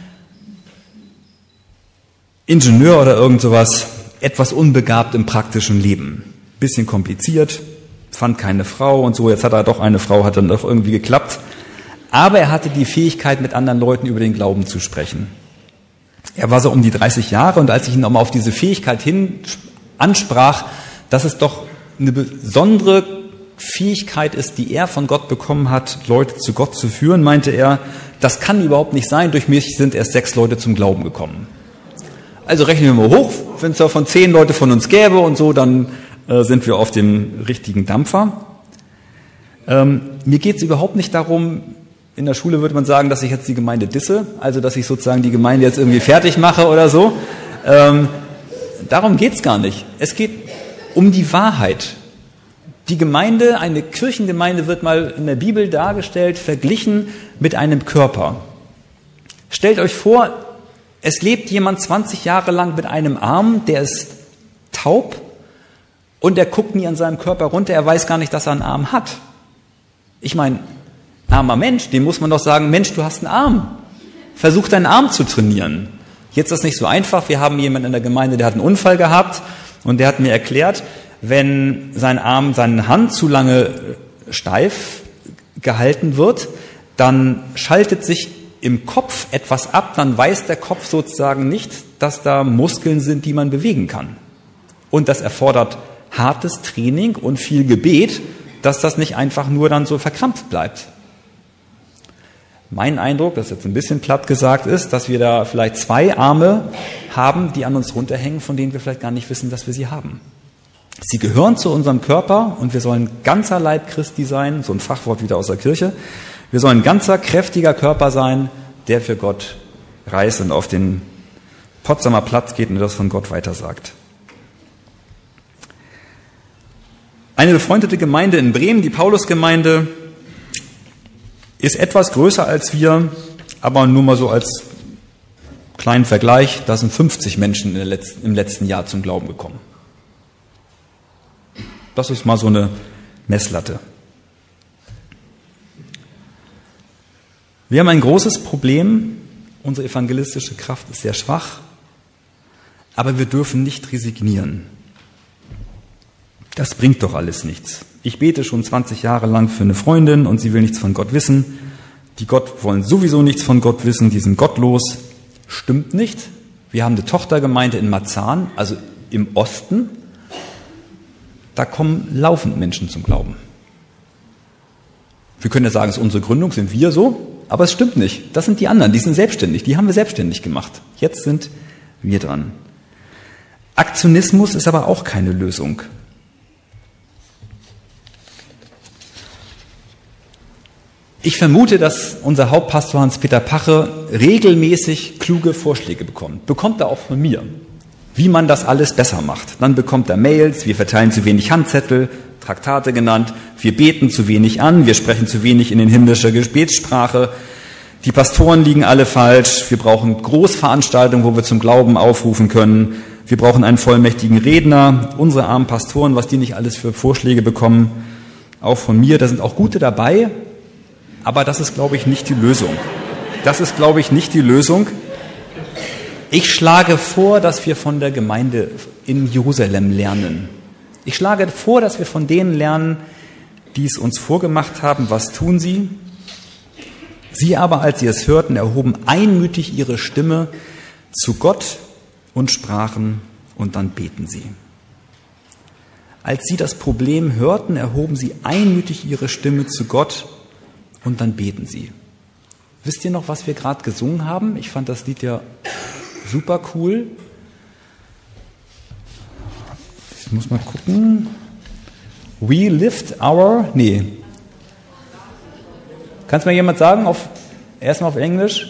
Ingenieur oder irgend sowas, etwas unbegabt im praktischen Leben. Bisschen kompliziert, fand keine Frau und so, jetzt hat er doch eine Frau, hat dann doch irgendwie geklappt. Aber er hatte die Fähigkeit, mit anderen Leuten über den Glauben zu sprechen. Er war so um die 30 Jahre und als ich ihn nochmal auf diese Fähigkeit hin ansprach, dass es doch eine besondere Fähigkeit ist, die er von Gott bekommen hat, Leute zu Gott zu führen, meinte er, das kann überhaupt nicht sein, durch mich sind erst 6 Leute zum Glauben gekommen. Also rechnen wir mal hoch, wenn es davon 10 Leute von uns gäbe und so, dann sind wir auf dem richtigen Dampfer. Mir geht es überhaupt nicht darum, in der Schule würde man sagen, dass ich jetzt die Gemeinde disse, also dass ich sozusagen die Gemeinde jetzt irgendwie fertig mache oder so. Darum geht's gar nicht. Es geht um die Wahrheit. Die Gemeinde, eine Kirchengemeinde wird mal in der Bibel dargestellt, verglichen mit einem Körper. Stellt euch vor, es lebt jemand 20 Jahre lang mit einem Arm, der ist taub und er guckt nie an seinem Körper runter, er weiß gar nicht, dass er einen Arm hat. Ich meine, armer Mensch, dem muss man doch sagen, Mensch, du hast einen Arm. Versuch deinen Arm zu trainieren. Jetzt ist das nicht so einfach. Wir haben jemanden in der Gemeinde, der hat einen Unfall gehabt und der hat mir erklärt, wenn sein Arm, seine Hand zu lange steif gehalten wird, dann schaltet sich im Kopf etwas ab, dann weiß der Kopf sozusagen nicht, dass da Muskeln sind, die man bewegen kann. Und das erfordert hartes Training und viel Gebet, dass das nicht einfach nur dann so verkrampft bleibt. Mein Eindruck, das jetzt ein bisschen platt gesagt ist, dass wir da vielleicht 2 Arme haben, die an uns runterhängen, von denen wir vielleicht gar nicht wissen, dass wir sie haben. Sie gehören zu unserem Körper und wir sollen ganzer Leib Christi sein, so ein Fachwort wieder aus der Kirche. Wir sollen ein ganzer, kräftiger Körper sein, der für Gott reist und auf den Potsdamer Platz geht und das von Gott weitersagt. Eine befreundete Gemeinde in Bremen, die Paulusgemeinde, ist etwas größer als wir, aber nur mal so als kleinen Vergleich, da sind 50 Menschen im letzten Jahr zum Glauben gekommen. Das ist mal so eine Messlatte. Wir haben ein großes Problem, unsere evangelistische Kraft ist sehr schwach, aber wir dürfen nicht resignieren. Das bringt doch alles nichts. Ich bete schon 20 Jahre lang für eine Freundin und sie will nichts von Gott wissen. Die Gott wollen sowieso nichts von Gott wissen, die sind gottlos. Stimmt nicht. Wir haben eine Tochtergemeinde in Marzahn, also im Osten. Da kommen laufend Menschen zum Glauben. Wir können ja sagen, es ist unsere Gründung, sind wir so, aber es stimmt nicht. Das sind die anderen, die sind selbstständig, die haben wir selbstständig gemacht. Jetzt sind wir dran. Aktionismus ist aber auch keine Lösung. Ich vermute, dass unser Hauptpastor Hans-Peter Pache regelmäßig kluge Vorschläge bekommt. Bekommt er auch von mir, wie man das alles besser macht. Dann bekommt er Mails, wir verteilen zu wenig Handzettel, Traktate genannt, wir beten zu wenig an, wir sprechen zu wenig in den himmlischer Gebetssprache, die Pastoren liegen alle falsch, wir brauchen Großveranstaltungen, wo wir zum Glauben aufrufen können, wir brauchen einen vollmächtigen Redner, unsere armen Pastoren, was die nicht alles für Vorschläge bekommen, auch von mir, da sind auch gute dabei, aber das ist, glaube ich, nicht die Lösung. Das ist, glaube ich, nicht die Lösung. Ich schlage vor, dass wir von der Gemeinde in Jerusalem lernen. Ich schlage vor, dass wir von denen lernen, die es uns vorgemacht haben. Was tun sie? Sie aber, als sie es hörten, erhoben einmütig ihre Stimme zu Gott und sprachen und dann beten sie. Als sie das Problem hörten, erhoben sie einmütig ihre Stimme zu Gott und dann beten sie. Wisst ihr noch, was wir gerade gesungen haben? Ich fand das Lied ja super cool. Ich muss mal gucken. We lift our... Kannst mir jemand sagen? Erstmal auf Englisch.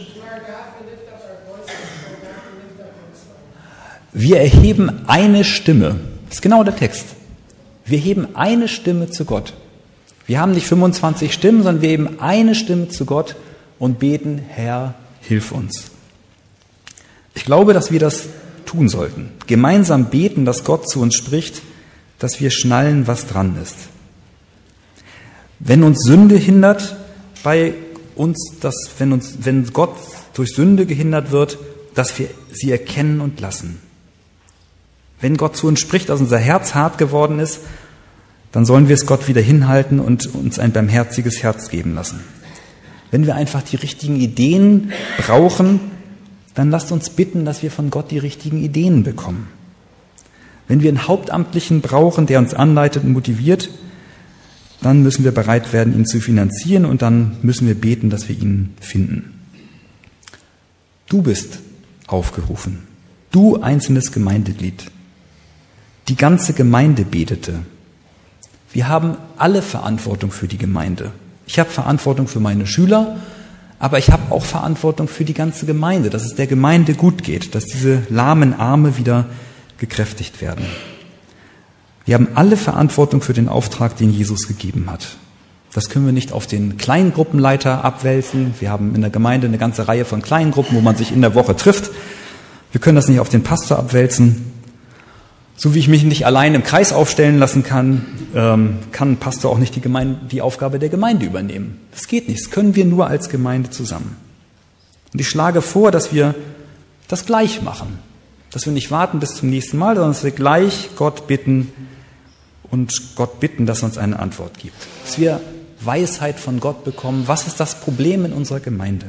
Wir erheben eine Stimme. Das ist genau der Text. Wir heben eine Stimme zu Gott. Wir haben nicht 25 Stimmen, sondern wir heben eine Stimme zu Gott und beten, Herr, hilf uns. Ich glaube, dass wir das tun sollten. Gemeinsam beten, dass Gott zu uns spricht, dass wir schnallen, was dran ist. Wenn uns Sünde hindert bei uns, wenn Gott durch Sünde gehindert wird, dass wir sie erkennen und lassen. Wenn Gott zu uns spricht, dass unser Herz hart geworden ist, dann sollen wir es Gott wieder hinhalten und uns ein barmherziges Herz geben lassen. Wenn wir einfach die richtigen Ideen brauchen, dann lasst uns bitten, dass wir von Gott die richtigen Ideen bekommen. Wenn wir einen Hauptamtlichen brauchen, der uns anleitet und motiviert, dann müssen wir bereit werden, ihn zu finanzieren, und dann müssen wir beten, dass wir ihn finden. Du bist aufgerufen, du einzelnes Gemeindeglied. Die ganze Gemeinde betete. Wir haben alle Verantwortung für die Gemeinde. Ich habe Verantwortung für meine Schüler, aber ich habe auch Verantwortung für die ganze Gemeinde, dass es der Gemeinde gut geht, dass diese lahmen Arme wieder gekräftigt werden. Wir haben alle Verantwortung für den Auftrag, den Jesus gegeben hat. Das können wir nicht auf den Kleingruppenleiter abwälzen. Wir haben in der Gemeinde eine ganze Reihe von Kleingruppen, wo man sich in der Woche trifft. Wir können das nicht auf den Pastor abwälzen. So wie ich mich nicht allein im Kreis aufstellen lassen kann, kann ein Pastor auch nicht die Aufgabe der Gemeinde übernehmen. Das geht nicht. Das können wir nur als Gemeinde zusammen. Und ich schlage vor, dass wir das gleich machen. Dass wir nicht warten bis zum nächsten Mal, sondern dass wir gleich Gott bitten, dass er uns eine Antwort gibt. Dass wir Weisheit von Gott bekommen. Was ist das Problem in unserer Gemeinde?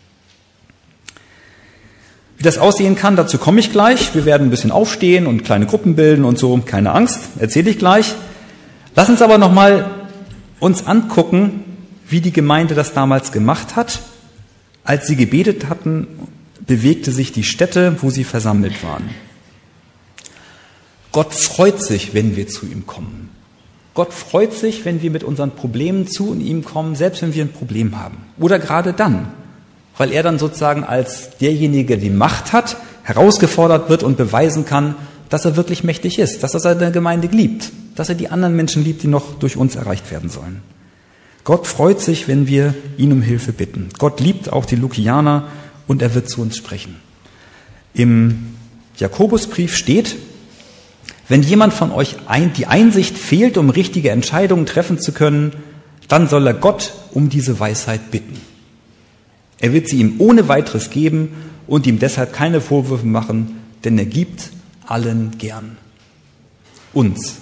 Wie das aussehen kann, dazu komme ich gleich. Wir werden ein bisschen aufstehen und kleine Gruppen bilden und so. Keine Angst, erzähle ich gleich. Lass uns aber nochmal uns angucken, wie die Gemeinde das damals gemacht hat. Als sie gebetet hatten, bewegte sich die Stätte, wo sie versammelt waren. Gott freut sich, wenn wir zu ihm kommen. Gott freut sich, wenn wir mit unseren Problemen zu ihm kommen, selbst wenn wir ein Problem haben. Oder gerade dann, weil er dann sozusagen als derjenige, der die Macht hat, herausgefordert wird und beweisen kann, dass er wirklich mächtig ist, dass er seine Gemeinde liebt, dass er die anderen Menschen liebt, die noch durch uns erreicht werden sollen. Gott freut sich, wenn wir ihn um Hilfe bitten. Gott liebt auch die Lukianer und er wird zu uns sprechen. Im Jakobusbrief steht: Wenn jemand von euch die Einsicht fehlt, um richtige Entscheidungen treffen zu können, dann soll er Gott um diese Weisheit bitten. Er wird sie ihm ohne weiteres geben und ihm deshalb keine Vorwürfe machen, denn er gibt allen gern. Uns.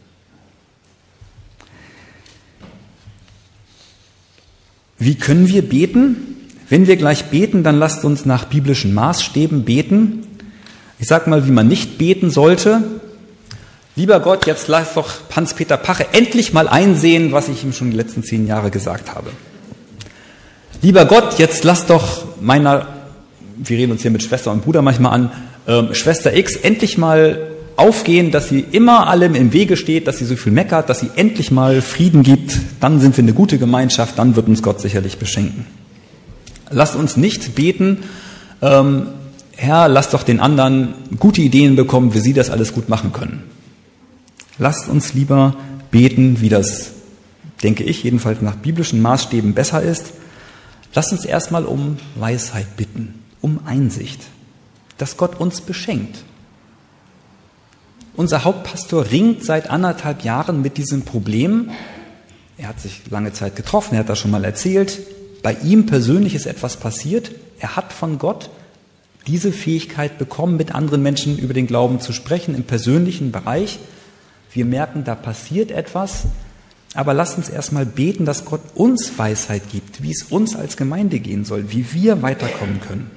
Wie können wir beten? Wenn wir gleich beten, dann lasst uns nach biblischen Maßstäben beten. Ich sage mal, wie man nicht beten sollte. Lieber Gott, jetzt lass doch Hans-Peter Pache endlich mal einsehen, was ich ihm schon die letzten 10 Jahre gesagt habe. Lieber Gott, jetzt lass doch wir reden uns hier mit Schwester und Bruder manchmal an, Schwester X endlich mal aufgehen, dass sie immer allem im Wege steht, dass sie so viel meckert, dass sie endlich mal Frieden gibt. Dann sind wir eine gute Gemeinschaft, dann wird uns Gott sicherlich beschenken. Lasst uns nicht beten, Herr, lass doch den anderen gute Ideen bekommen, wie sie das alles gut machen können. Lasst uns lieber beten, wie das, denke ich, jedenfalls nach biblischen Maßstäben besser ist. Lasst uns erstmal um Weisheit bitten, um Einsicht, dass Gott uns beschenkt. Unser Hauptpastor ringt seit 1,5 Jahren mit diesem Problem. Er hat sich lange Zeit getroffen, er hat das schon mal erzählt. Bei ihm persönlich ist etwas passiert. Er hat von Gott diese Fähigkeit bekommen, mit anderen Menschen über den Glauben zu sprechen, im persönlichen Bereich. Wir merken, da passiert etwas. Aber lasst uns erstmal beten, dass Gott uns Weisheit gibt, wie es uns als Gemeinde gehen soll, wie wir weiterkommen können.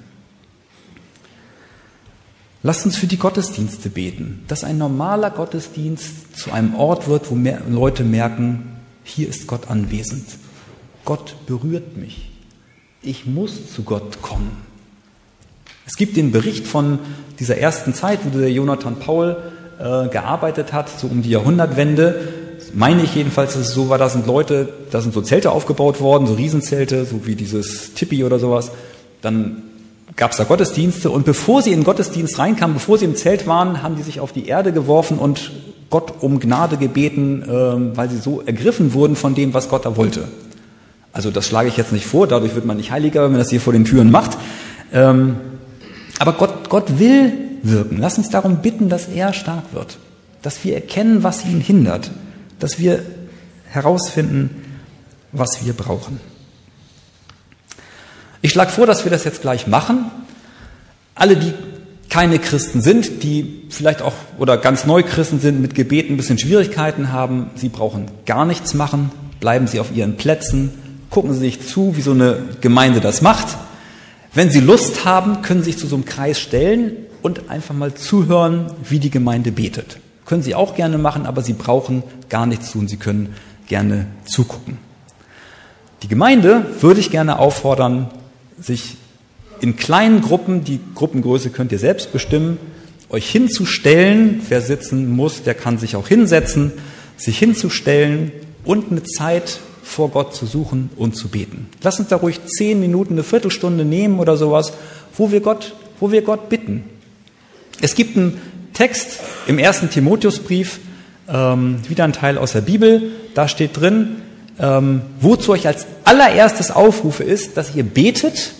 Lasst uns für die Gottesdienste beten, dass ein normaler Gottesdienst zu einem Ort wird, wo Leute merken, hier ist Gott anwesend. Gott berührt mich. Ich muss zu Gott kommen. Es gibt den Bericht von dieser ersten Zeit, wo der Jonathan Paul gearbeitet hat, so um die Jahrhundertwende. Meine ich jedenfalls, dass es so war, da sind so Zelte aufgebaut worden, so Riesenzelte, so wie dieses Tipi oder sowas. Dann gab es da Gottesdienste und bevor sie in den Gottesdienst reinkamen, bevor sie im Zelt waren, haben die sich auf die Erde geworfen und Gott um Gnade gebeten, weil sie so ergriffen wurden von dem, was Gott da wollte. Also das schlage ich jetzt nicht vor, dadurch wird man nicht heiliger, wenn man das hier vor den Türen macht. Aber Gott will wirken. Lass uns darum bitten, dass er stark wird, dass wir erkennen, was ihn hindert, dass wir herausfinden, was wir brauchen. Ich schlage vor, dass wir das jetzt gleich machen. Alle, die keine Christen sind, die vielleicht auch oder ganz neu Christen sind, mit Gebeten ein bisschen Schwierigkeiten haben. Sie brauchen gar nichts machen, bleiben Sie auf Ihren Plätzen, gucken Sie sich zu, wie so eine Gemeinde das macht. Wenn Sie Lust haben, können Sie sich zu so einem Kreis stellen und einfach mal zuhören, wie die Gemeinde betet. Können Sie auch gerne machen, aber Sie brauchen gar nichts tun, Sie können gerne zugucken. Die Gemeinde würde ich gerne auffordern, sich in kleinen Gruppen, die Gruppengröße könnt ihr selbst bestimmen, euch hinzustellen. Wer sitzen muss, der kann sich auch hinsetzen, sich hinzustellen und eine Zeit vor Gott zu suchen und zu beten. Lasst uns da ruhig 10 Minuten, eine Viertelstunde nehmen oder sowas, wo wir Gott bitten. Es gibt einen Text im 1. Timotheusbrief, wieder ein Teil aus der Bibel, da steht drin, wozu ich als allererstes aufrufe ist, dass ihr betet.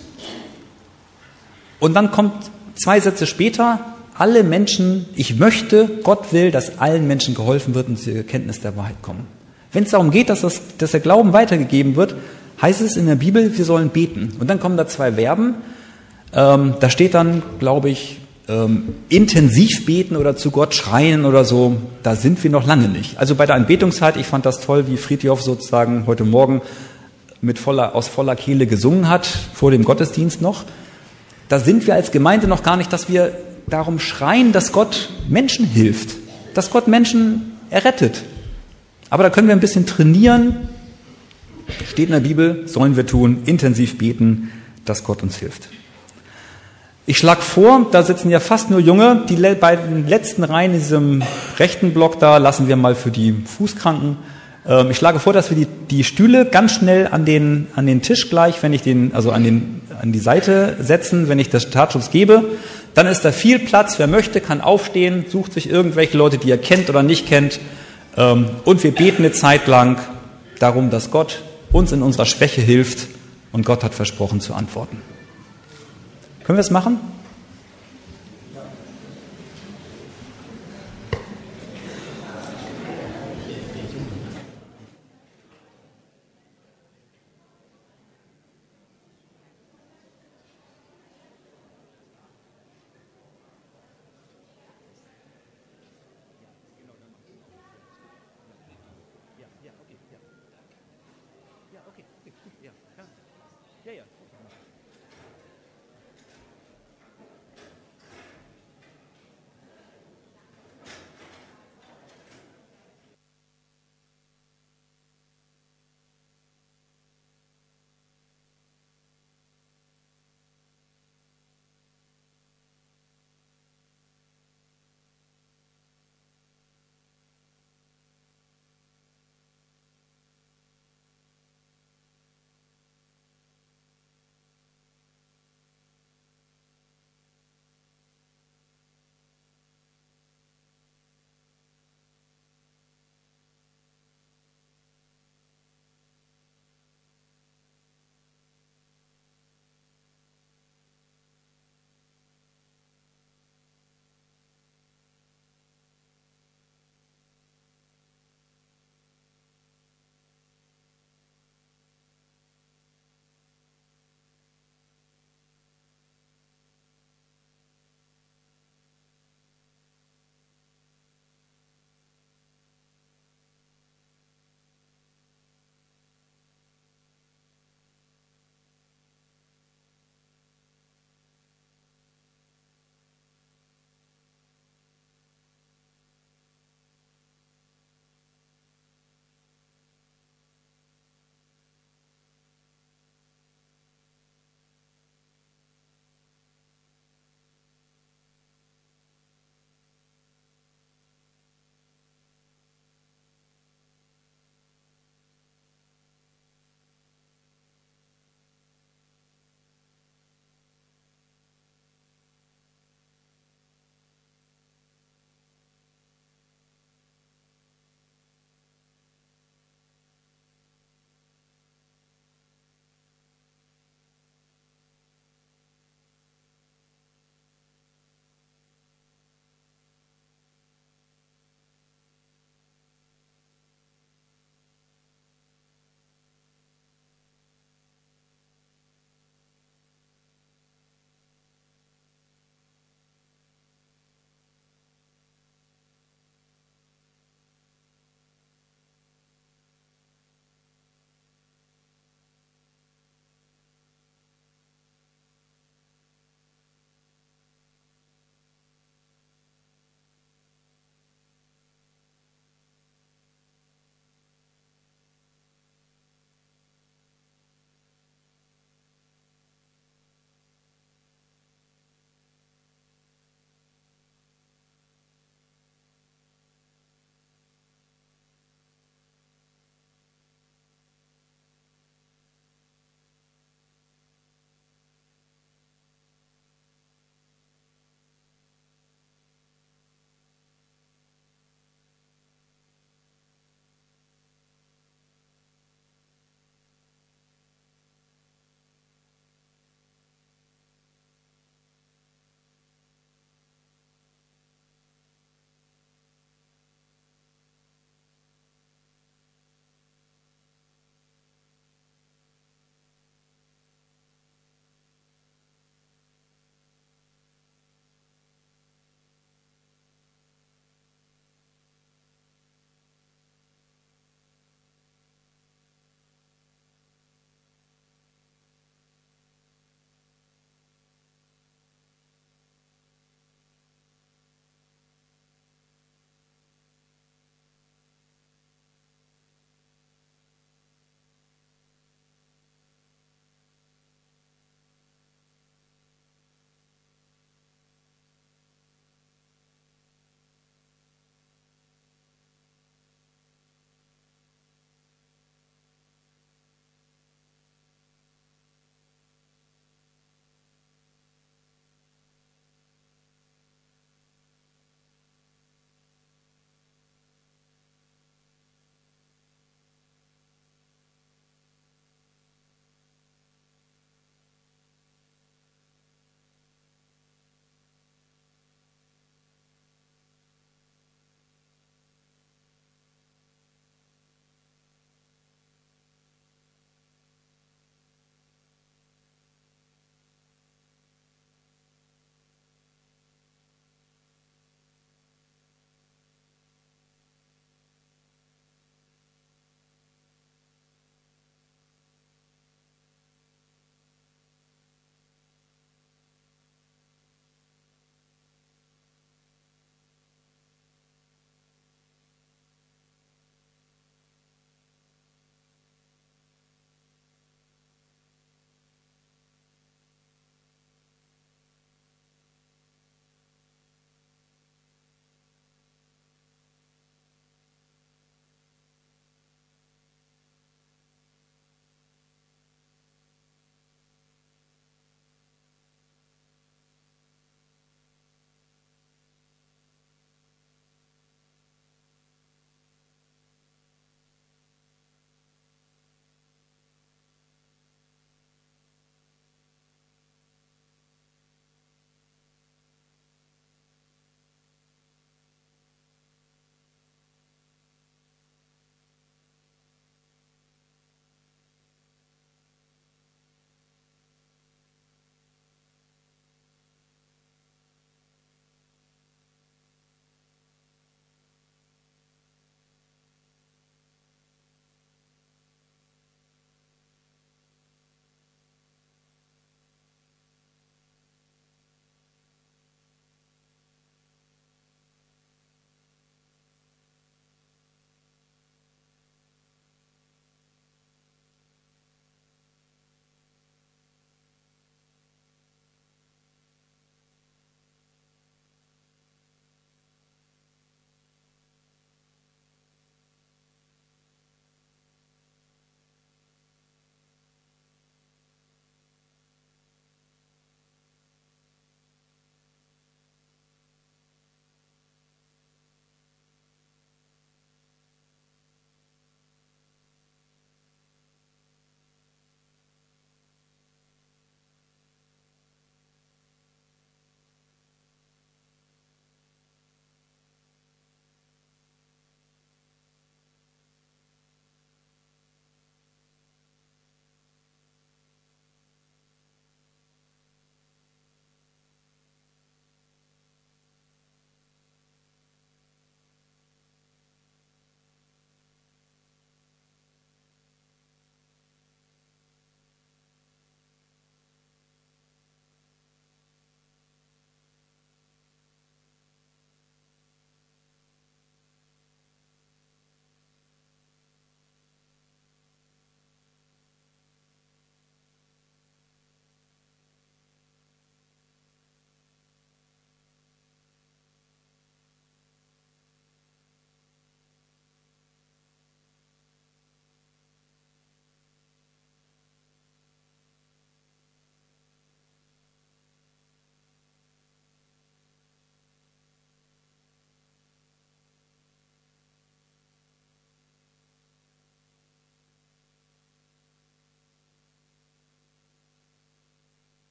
Und dann kommt 2 Sätze später, alle Menschen, ich möchte, Gott will, dass allen Menschen geholfen wird und sie zur Erkenntnis der Wahrheit kommen. Wenn es darum geht, dass der Glauben weitergegeben wird, heißt es in der Bibel, wir sollen beten. Und dann kommen da 2 Verben, da steht dann, glaube ich, intensiv beten oder zu Gott schreien oder so, da sind wir noch lange nicht. Also bei der Anbetungszeit, ich fand das toll, wie Friedhof sozusagen heute Morgen aus voller Kehle gesungen hat, vor dem Gottesdienst noch. Da sind wir als Gemeinde noch gar nicht, dass wir darum schreien, dass Gott Menschen hilft, dass Gott Menschen errettet. Aber da können wir ein bisschen trainieren, steht in der Bibel, sollen wir tun, intensiv beten, dass Gott uns hilft. Ich schlage vor, da sitzen ja fast nur Junge, die beiden letzten Reihen in diesem rechten Block da lassen wir mal für die Fußkranken. Ich schlage vor, dass wir die Stühle ganz schnell an den Tisch gleich, wenn ich an die Seite setzen, wenn ich das Startschutz gebe. Dann ist da viel Platz. Wer möchte, kann aufstehen, sucht sich irgendwelche Leute, die er kennt oder nicht kennt. Und wir beten eine Zeit lang darum, dass Gott uns in unserer Schwäche hilft und Gott hat versprochen zu antworten. Können wir es machen?